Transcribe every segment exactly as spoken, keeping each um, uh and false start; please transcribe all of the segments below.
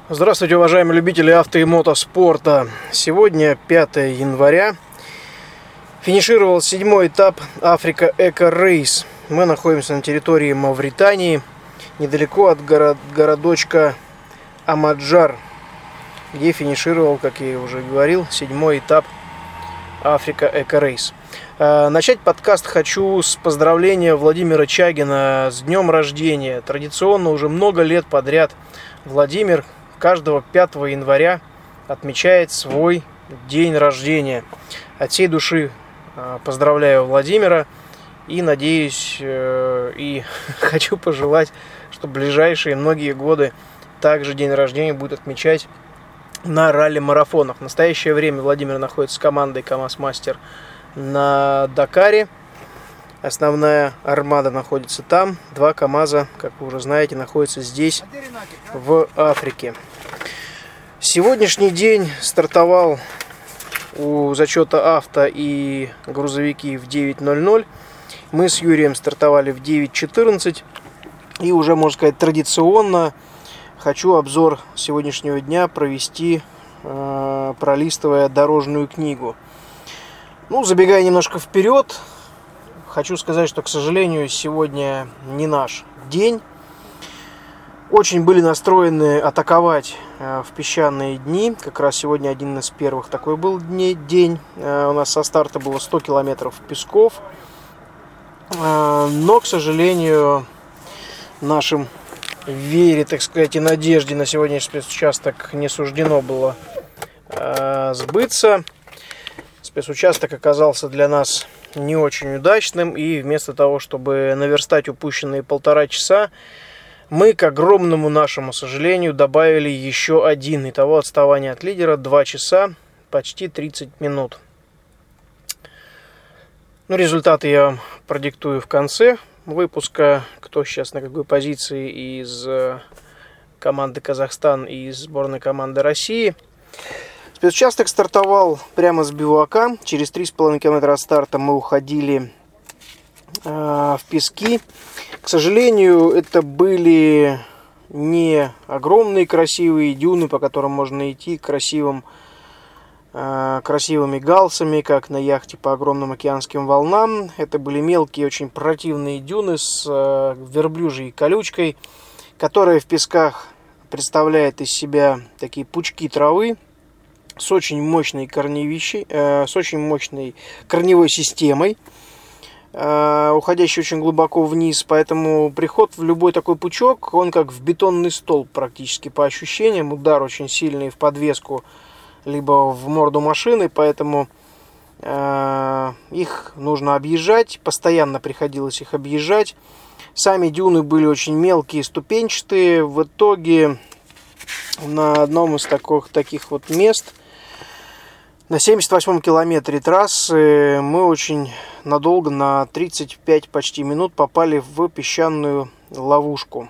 Здравствуйте, уважаемые любители авто и мотоспорта. Сегодня пятое января. Финишировал седьмой этап Africa Eco Race. Мы находимся на территории Мавритании, недалеко от город, городочка Амаджар, где финишировал, как я уже говорил, седьмой этап Africa Eco Race. Начать подкаст хочу с поздравления Владимира Чагина с днем рождения. Традиционно уже много лет подряд Владимир каждого пятого января отмечает свой день рождения. От всей души поздравляю Владимира и надеюсь и хочу пожелать, что в ближайшие многие годы также день рождения будет отмечать на ралли-марафонах. В настоящее время Владимир находится с командой КамАЗ-Мастер на Дакаре. Основная армада находится там. Два КамАЗа, как вы уже знаете, находятся здесь, в Африке. Сегодняшний день стартовал у зачета авто и грузовики в девять ноль ноль. Мы с Юрием стартовали в девять четырнадцать. И уже, можно сказать, традиционно хочу обзор сегодняшнего дня провести, э, пролистывая дорожную книгу. Ну, забегая немножко вперед, хочу сказать, что, к сожалению, сегодня не наш день. Очень были настроены атаковать э, в песчаные дни. Как раз сегодня один из первых такой был дни, день. Э, у нас со старта было сто километров песков. Э, но, к сожалению, нашим вере, так сказать, и надежде на сегодняшний спецучасток не суждено было э, сбыться. Спецучасток оказался для нас не очень удачным. И вместо того, чтобы наверстать упущенные полтора часа, мы, к огромному нашему сожалению, добавили еще один. Итого отставание от лидера два часа, почти тридцать минут. Ну, результаты я вам продиктую в конце выпуска. Кто сейчас на какой позиции из команды Казахстан и из сборной команды России. Спецучасток стартовал прямо с бивуака. Через три с половиной километра от старта мы уходили э, в пески. К сожалению, это были не огромные красивые дюны, по которым можно идти красивым, э, красивыми галсами, как на яхте по огромным океанским волнам. Это были мелкие, очень противные дюны с э, верблюжьей колючкой, которая в песках представляет из себя такие пучки травы с очень мощной корневищей, э, с очень мощной корневой системой, уходящий очень глубоко вниз, поэтому приход в любой такой пучок, он как в бетонный столб практически по ощущениям, удар очень сильный в подвеску, либо в морду машины, поэтому э, их нужно объезжать, постоянно приходилось их объезжать. Сами дюны были очень мелкие, ступенчатые, в итоге на одном из таких, таких вот мест, на семьдесят восьмом километре трассы, мы очень надолго, на тридцать пять почти минут, попали в песчаную ловушку.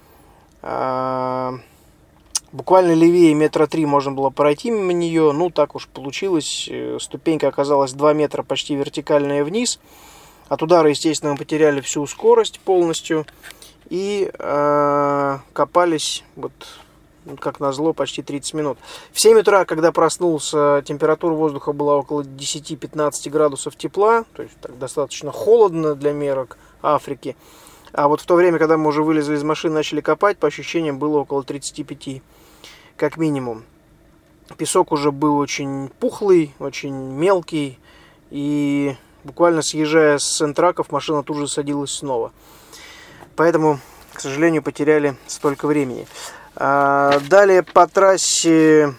Буквально левее метра три можно было пройти мимо нее. Ну, так уж получилось. Ступенька оказалась два метра почти вертикальная вниз. От удара, естественно, мы потеряли всю скорость полностью. И э, копались вот, как назло, почти тридцать минут. В семь утра, когда проснулся, температура воздуха была около десять-пятнадцать градусов тепла. То есть так, достаточно холодно для мерок Африки. А вот в то время, когда мы уже вылезли из машины, начали копать, по ощущениям было около тридцати пяти, как минимум. Песок уже был очень пухлый, очень мелкий. И буквально съезжая с сентраков, машина тут же садилась снова. Поэтому, к сожалению, потеряли столько времени. Далее по трассе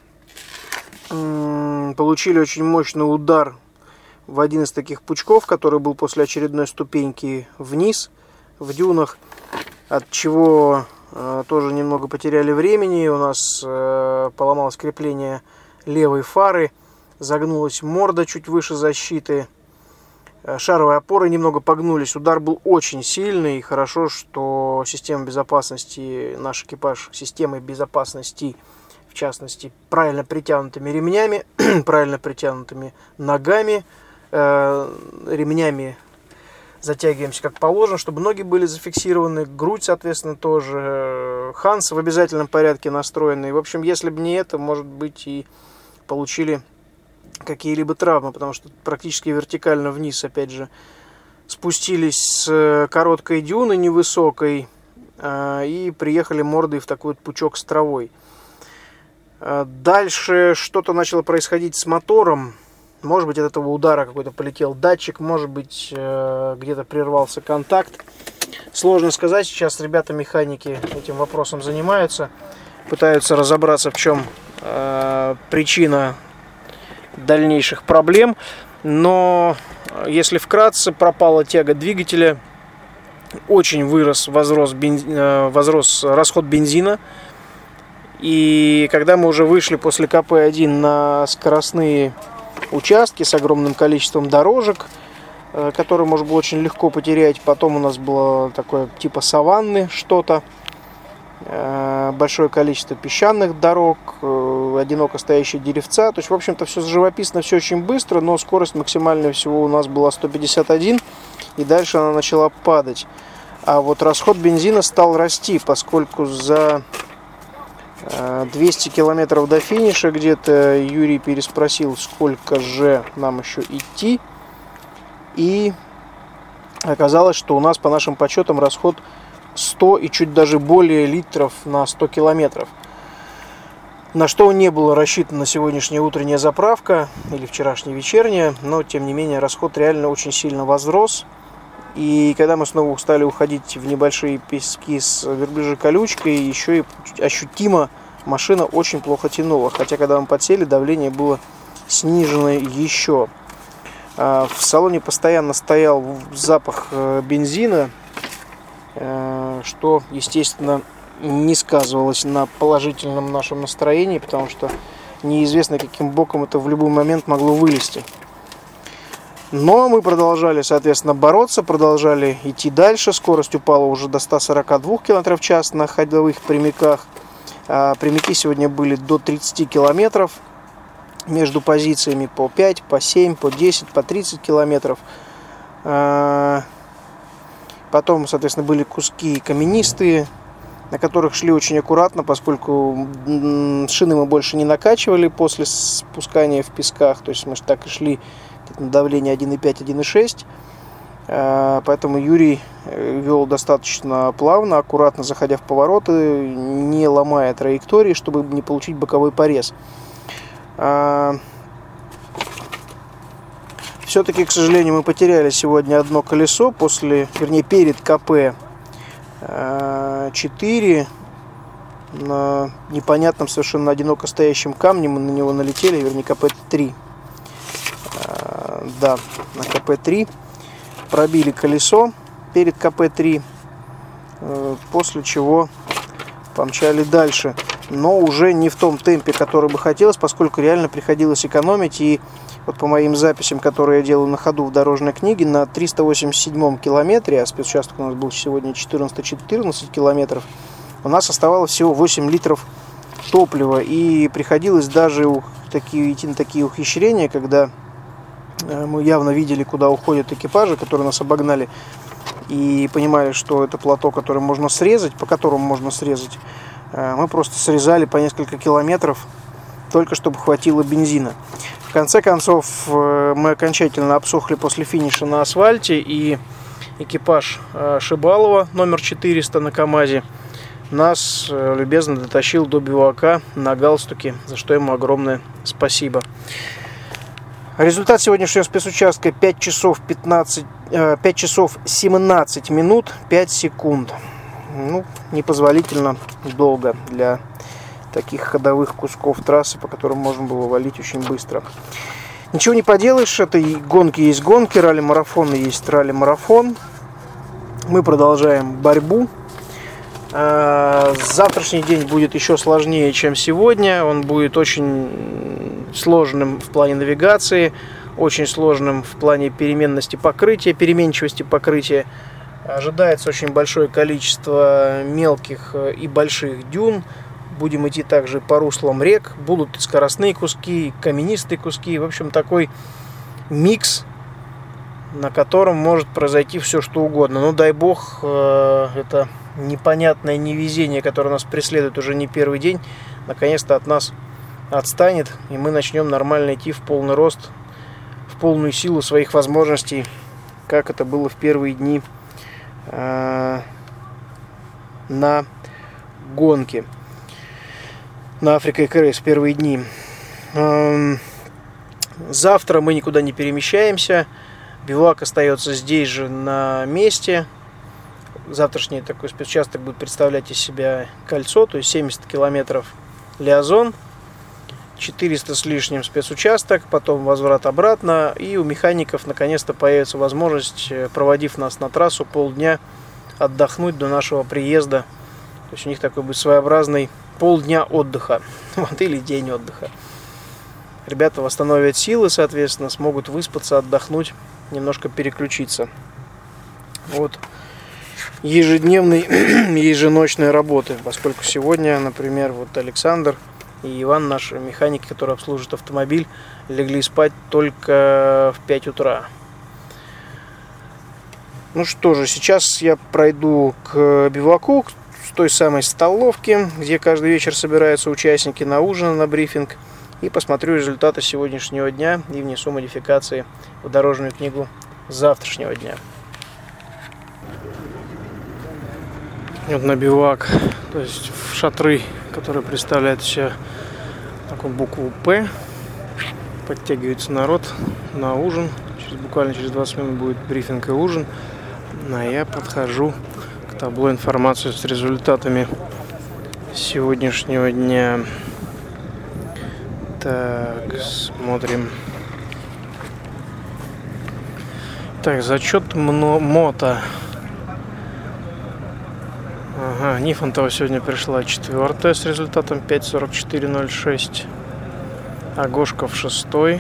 получили очень мощный удар в один из таких пучков, который был после очередной ступеньки вниз в дюнах, от чего тоже немного потеряли времени. У нас поломалось крепление левой фары, загнулась морда чуть выше защиты. Шаровые опоры немного погнулись. Удар был очень сильный. И хорошо, что система безопасности, наш экипаж системой безопасности, в частности, правильно притянутыми ремнями, правильно притянутыми ногами, э, ремнями затягиваемся как положено, чтобы ноги были зафиксированы, грудь, соответственно, тоже Ханс в обязательном порядке настроенный. В общем, если бы не это, может быть, и получили какие-либо травмы, потому что практически вертикально вниз, опять же, спустились с короткой дюны невысокой и приехали мордой в такой вот пучок с травой. Дальше что-то начало происходить с мотором. Может быть, от этого удара какой-то полетел датчик, может быть, где-то прервался контакт. Сложно сказать. Сейчас ребята-механики этим вопросом занимаются, пытаются разобраться, в чем причина дальнейших проблем. Но если вкратце, пропала тяга двигателя, очень вырос, возрос, бенз... возрос расход бензина. И когда мы уже вышли после ка пэ один на скоростные участки с огромным количеством дорожек, которые можно было очень легко потерять, потом у нас было такое типа саванны что-то, большое количество песчаных дорог, одиноко стоящие деревца. То есть, в общем-то, все живописно, все очень быстро, но скорость максимальная всего у нас была сто пятьдесят один, и дальше она начала падать. А вот расход бензина стал расти, поскольку за двести километров до финиша где-то Юрий переспросил, сколько же нам еще идти. И оказалось, что у нас по нашим подсчетам расход сто и чуть даже более литров на сто километров. На что не было рассчитана сегодняшняя утренняя заправка или вчерашняя вечерняя, но тем не менее расход реально очень сильно возрос. И когда мы снова стали уходить в небольшие пески с верблюжьей колючкой, еще и ощутимо машина очень плохо тянула. Хотя когда мы подсели, давление было снижено еще. В салоне постоянно стоял запах бензина, что, естественно, не сказывалось на положительном нашем настроении, потому что неизвестно, каким боком это в любой момент могло вылезти. Но мы продолжали, соответственно, бороться, продолжали идти дальше. Скорость упала уже до ста сорока двух километров в час на ходовых прямиках. А прямики сегодня были до тридцати километров. Между позициями по пять, по семь, по десять, по тридцать километров. Потом, соответственно, были куски каменистые, на которых шли очень аккуратно, поскольку шины мы больше не накачивали после спускания в песках. То есть мы так и шли на давление один и пять — один и шесть. Поэтому Юрий вел достаточно плавно, аккуратно заходя в повороты, не ломая траектории, чтобы не получить боковой порез. Все-таки, к сожалению, мы потеряли сегодня одно колесо после, вернее, перед ка пэ четыре на непонятном, совершенно одиноко стоящем камне. Мы на него налетели, вернее, ка пэ три. Да, на ка пэ три пробили колесо перед ка пэ три, после чего помчали дальше, но уже не в том темпе, который бы хотелось, поскольку реально приходилось экономить. И вот по моим записям, которые я делаю на ходу в дорожной книге, на триста восемьдесят седьмом километре, а спецучасток у нас был сегодня четырнадцать-четырнадцать километров, у нас оставалось всего восемь литров топлива, и приходилось даже такие, идти на такие ухищрения, когда мы явно видели, куда уходят экипажи, которые нас обогнали, и понимали, что это плато, которое можно срезать, по которому можно срезать. Мы просто срезали по несколько километров, только чтобы хватило бензина. В конце концов, мы окончательно обсохли после финиша на асфальте, и экипаж Шибалова номер четыреста на КамАЗе нас любезно дотащил до бивака на галстуке, за что ему огромное спасибо. Результат сегодняшнего спецучастка: пять часов пятнадцать, пять часов семнадцать минут пять секунд. Ну, непозволительно долго для таких ходовых кусков трассы, по которым можно было валить очень быстро. Ничего не поделаешь, это и гонки есть гонки, ралли-марафон есть ралли-марафон. Мы продолжаем борьбу. Завтрашний день будет еще сложнее, чем сегодня. Он будет очень сложным в плане навигации, очень сложным в плане переменности покрытия, переменчивости покрытия. Ожидается очень большое количество мелких и больших дюн. Будем идти также по руслам рек. Будут и скоростные куски, и каменистые куски. В общем, такой микс, на котором может произойти все, что угодно. Ну, дай бог, это непонятное невезение, которое нас преследует уже не первый день, наконец-то от нас отстанет, и мы начнем нормально идти в полный рост, в полную силу своих возможностей, как это было в первые дни э, на гонке, на Africa Eco Race в первые дни. Э, завтра мы никуда не перемещаемся, бивак остается здесь же на месте. Завтрашний такой спецучасток будет представлять из себя кольцо, то есть семьдесят километров Лиазон, четыреста с лишним спецучасток, потом возврат обратно, и у механиков наконец-то появится возможность, проводив нас на трассу полдня, отдохнуть до нашего приезда. То есть у них такой будет своеобразный полдня отдыха, вот, или день отдыха. Ребята восстановят силы, соответственно, смогут выспаться, отдохнуть, немножко переключиться. Вот. Ежедневной, еженочной работы, поскольку сегодня, например, вот Александр и Иван, наши механики, которые обслуживают автомобиль, легли спать только в пять утра. Ну что же, сейчас я пройду к биваку, с той самой столовки, где каждый вечер собираются участники на ужин, на брифинг, и посмотрю результаты сегодняшнего дня и внесу модификации в дорожную книгу завтрашнего дня. Вот на бивак, то есть в шатры, которые представляют себе такую букву П. Подтягивается народ на ужин. Через, буквально через двадцать минут будет брифинг и ужин. А я подхожу к табло информации с результатами сегодняшнего дня. Так, смотрим. Так, зачет мото. Ага, Нифонтова сегодня пришла четвертая с результатом пять сорок четыре ноль шесть. Агошков шестой.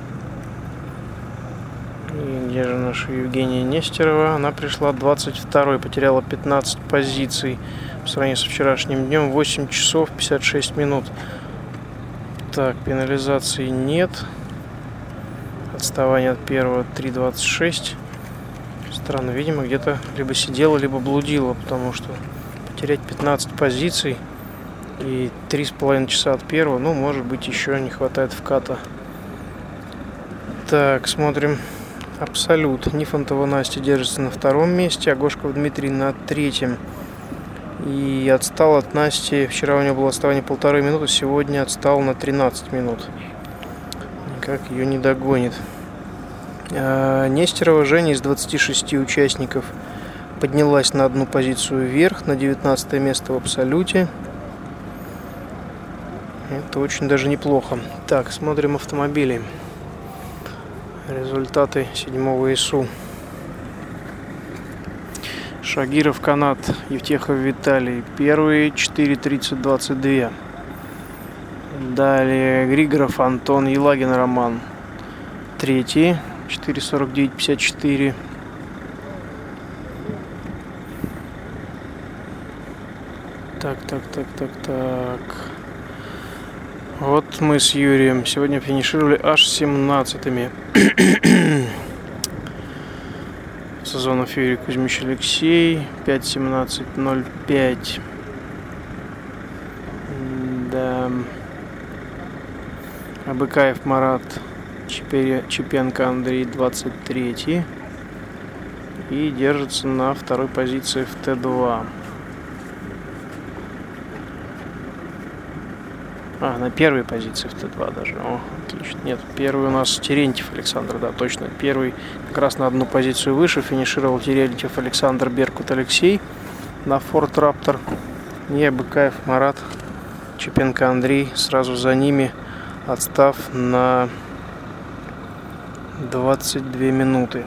И где же наша Евгения Нестерова? Она пришла двадцать второй, потеряла пятнадцать позиций по сравнению с вчерашним днем. восемь часов пятьдесят шесть минут. Так, пенализации нет. Отставание от первого три двадцать шесть. Странно, видимо, где-то либо сидела, либо блудила, потому что потерять пятнадцать позиций и три с половиной часа от первого, ну, может быть, еще не хватает вката. Так, смотрим. Абсолют. Нифонтова Настя держится на втором месте, Агошков Дмитрий на третьем. И отстал от Насти. Вчера у него было отставание полторы минуты, сегодня отстал на тринадцать минут. Никак ее не догонит. А Нестерова Женя из двадцати шести участников поднялась на одну позицию вверх, на девятнадцатое место в абсолюте. Это очень даже неплохо. Так, смотрим автомобили. Результаты седьмого ИСУ. Шагиров Канат, Евтехов Виталий. Первый четыре тридцать двадцать два. Далее Григоров Антон, Елагин Роман. Третий четыре сорок девять пятьдесят четыре. Так, так, так, так, так. Вот мы с Юрием сегодня финишировали аж семнадцатыми. Сазонов Юрий, Кузьмич Алексей. пять семнадцать ноль пять. Да. Абыкаев Марат. Чепенко Андрей двадцать три. И держится на второй позиции в Т два. А, на первой позиции в Т два даже. О, отлично. Нет, первый у нас Терентьев Александр, да, точно. Первый как раз на одну позицию выше финишировал Терентьев Александр, Беркут Алексей на Форд Раптор. И Абыкаев Марат, Чепенко Андрей сразу за ними, отстав на двадцать две минуты.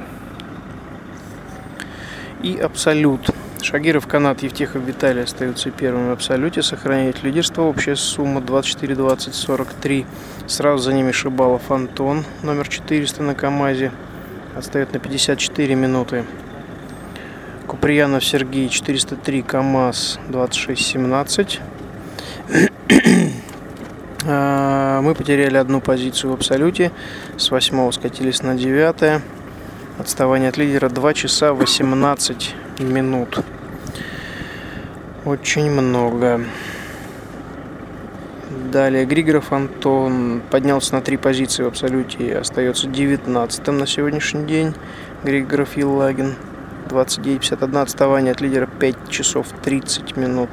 И Абсолют. Шагиров Канат, Евтехов Виталий остаются первыми в абсолюте, сохраняют лидерство. Общая сумма двадцать четыре двадцать сорок три. Сразу за ними Шибалов Антон, номер четыреста на КамАЗе, отстает на пятьдесят четыре минуты. Куприянов Сергей, четыреста три КамАЗ, двадцать шесть семнадцать. Мы потеряли одну позицию в абсолюте, с восьмого скатились на девятое. Отставание от лидера два часа восемнадцать минут. Очень много. Далее Григоров Антон поднялся на три позиции в абсолюте и остается девятнадцатым на сегодняшний день. Григоров Елагин двадцать девять пятьдесят один, отставание от лидера пять часов тридцать минут.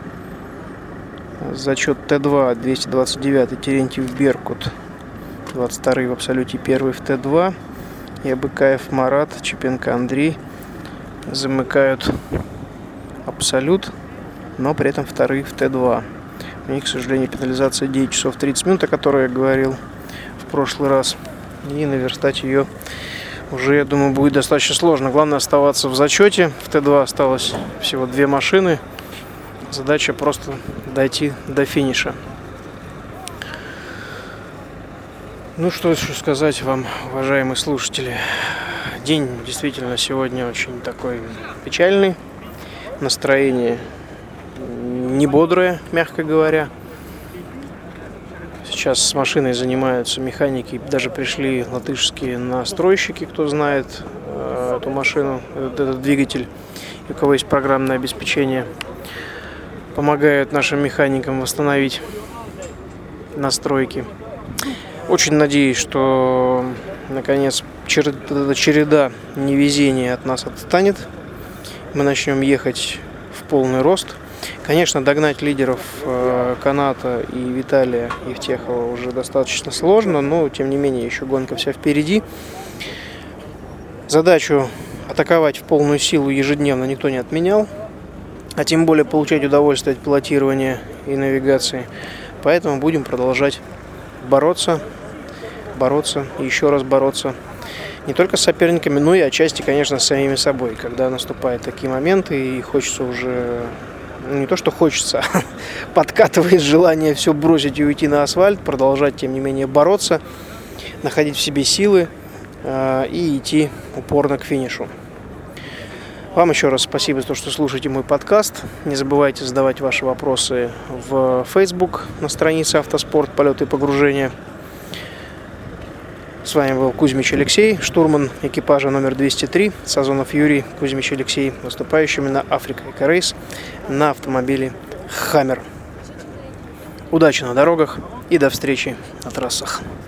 Зачет Т два двести двадцать девять Терентьев Беркут двадцать второй в абсолюте, первый в Т два. Ябыкаев Марат, Чепенко Андрей замыкают абсолют, но при этом вторые в Т два. У них, к сожалению, пенализация девять часов тридцать минут, о которой я говорил в прошлый раз. И наверстать ее уже, я думаю, будет достаточно сложно. Главное оставаться в зачете. В Т два осталось всего две машины. Задача просто дойти до финиша. Ну, что еще сказать вам, уважаемые слушатели. День действительно сегодня очень такой печальный. Настроение не бодрое, мягко говоря. Сейчас с машиной занимаются механики. Даже пришли латышские настройщики, кто знает э, эту машину, этот двигатель, и у кого есть программное обеспечение. Помогают нашим механикам восстановить настройки. Очень надеюсь, что наконец череда, череда невезения от нас отстанет. Мы начнем ехать в полный рост. Конечно, догнать лидеров э, Каната и Виталия Евтехова уже достаточно сложно, но тем не менее еще гонка вся впереди. Задачу атаковать в полную силу ежедневно никто не отменял, а тем более получать удовольствие от пилотирования и навигации. Поэтому будем продолжать бороться, бороться и еще раз бороться. Не только с соперниками, но и отчасти, конечно, с самими собой. Когда наступают такие моменты и хочется уже... Ну, не то, что хочется, подкатывает желание все бросить и уйти на асфальт, продолжать, тем не менее, бороться, находить в себе силы э, и идти упорно к финишу. Вам еще раз спасибо за то, что слушаете мой подкаст. Не забывайте задавать ваши вопросы в Facebook на странице «Автоспорт. Полеты и погружения». С вами был Кузьмич Алексей, штурман экипажа номер двести три, Сазонов Юрий, Кузьмич Алексей, выступающими на Africa Eco Race на автомобиле Hammer. Удачи на дорогах и до встречи на трассах.